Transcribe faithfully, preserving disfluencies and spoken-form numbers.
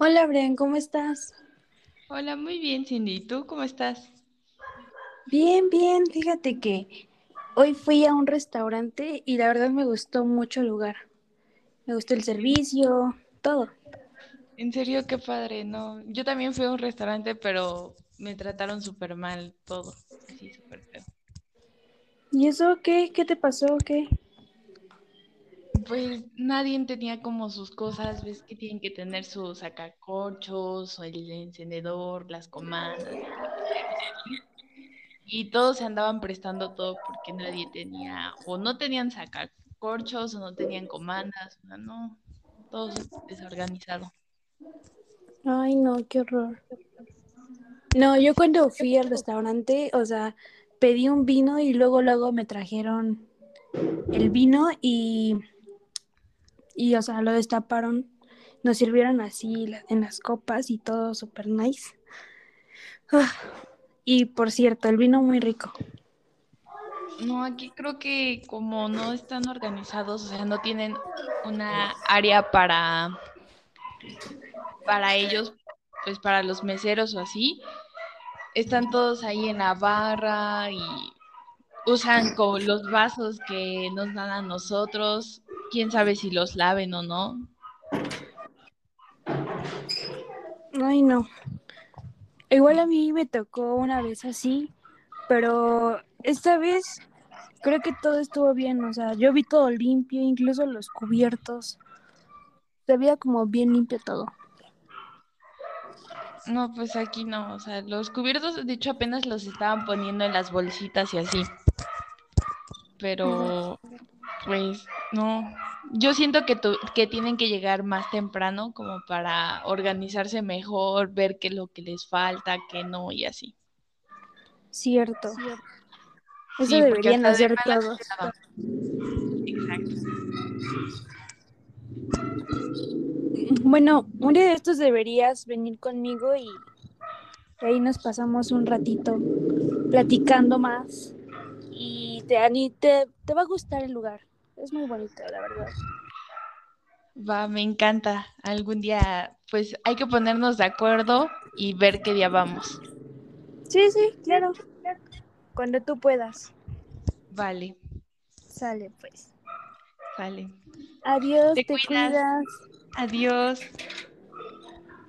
Hola, Brian, ¿cómo estás? Hola, muy bien, Cindy. ¿Y tú cómo estás? Bien, bien. Fíjate que hoy fui a un restaurante y la verdad me gustó mucho el lugar. Me gustó el servicio, todo. En serio, qué padre, ¿no? Yo también fui a un restaurante, pero me trataron súper mal todo, así súper feo. ¿Y eso qué? ¿Qué te pasó? ¿Qué? Pues nadie tenía como sus cosas, ves que tienen que tener sus sacacorchos, o el encendedor, las comandas y lapiceros y así. Y todos se andaban prestando todo porque nadie tenía, o no tenían sacacorchos, o no tenían comandas, o sea, no, todo desorganizado. Ay, no, qué horror. No, yo cuando fui al restaurante, o sea, pedí un vino y luego, luego me trajeron el vino y, y o sea, lo destaparon. Nos sirvieron así la- en las copas y todo súper nice. Ah, y por cierto, el vino muy rico. No, aquí creo que como no están organizados, o sea, no tienen una área para, para ellos, pues para los meseros o así, están todos ahí en la barra y usan como los vasos que nos dan a nosotros, quién sabe si los laven o no. Ay, no. Igual a mí me tocó una vez así, pero esta vez creo que todo estuvo bien, o sea, yo vi todo limpio, incluso los cubiertos, se veía como bien limpio todo. No, pues aquí no, o sea, los cubiertos de hecho apenas los estaban poniendo en las bolsitas y así, pero pues no, yo siento que, tu- que tienen que llegar más temprano como para organizarse mejor, ver qué es lo que les falta, qué no y así. Cierto, eso Sí, porque deberían hasta de hacer malas todos. estaban. Exacto. Bueno, un día de estos deberías venir conmigo y ahí nos pasamos un ratito platicando más y te, ani- te, te va a gustar el lugar, es muy bonito, la verdad. Va, me encanta. Algún día, pues hay que ponernos de acuerdo y ver qué día vamos. Sí, sí, claro, cuando tú puedas. Vale, Sale pues. vale. Adiós, Te te cuidas. cuidas. Adiós.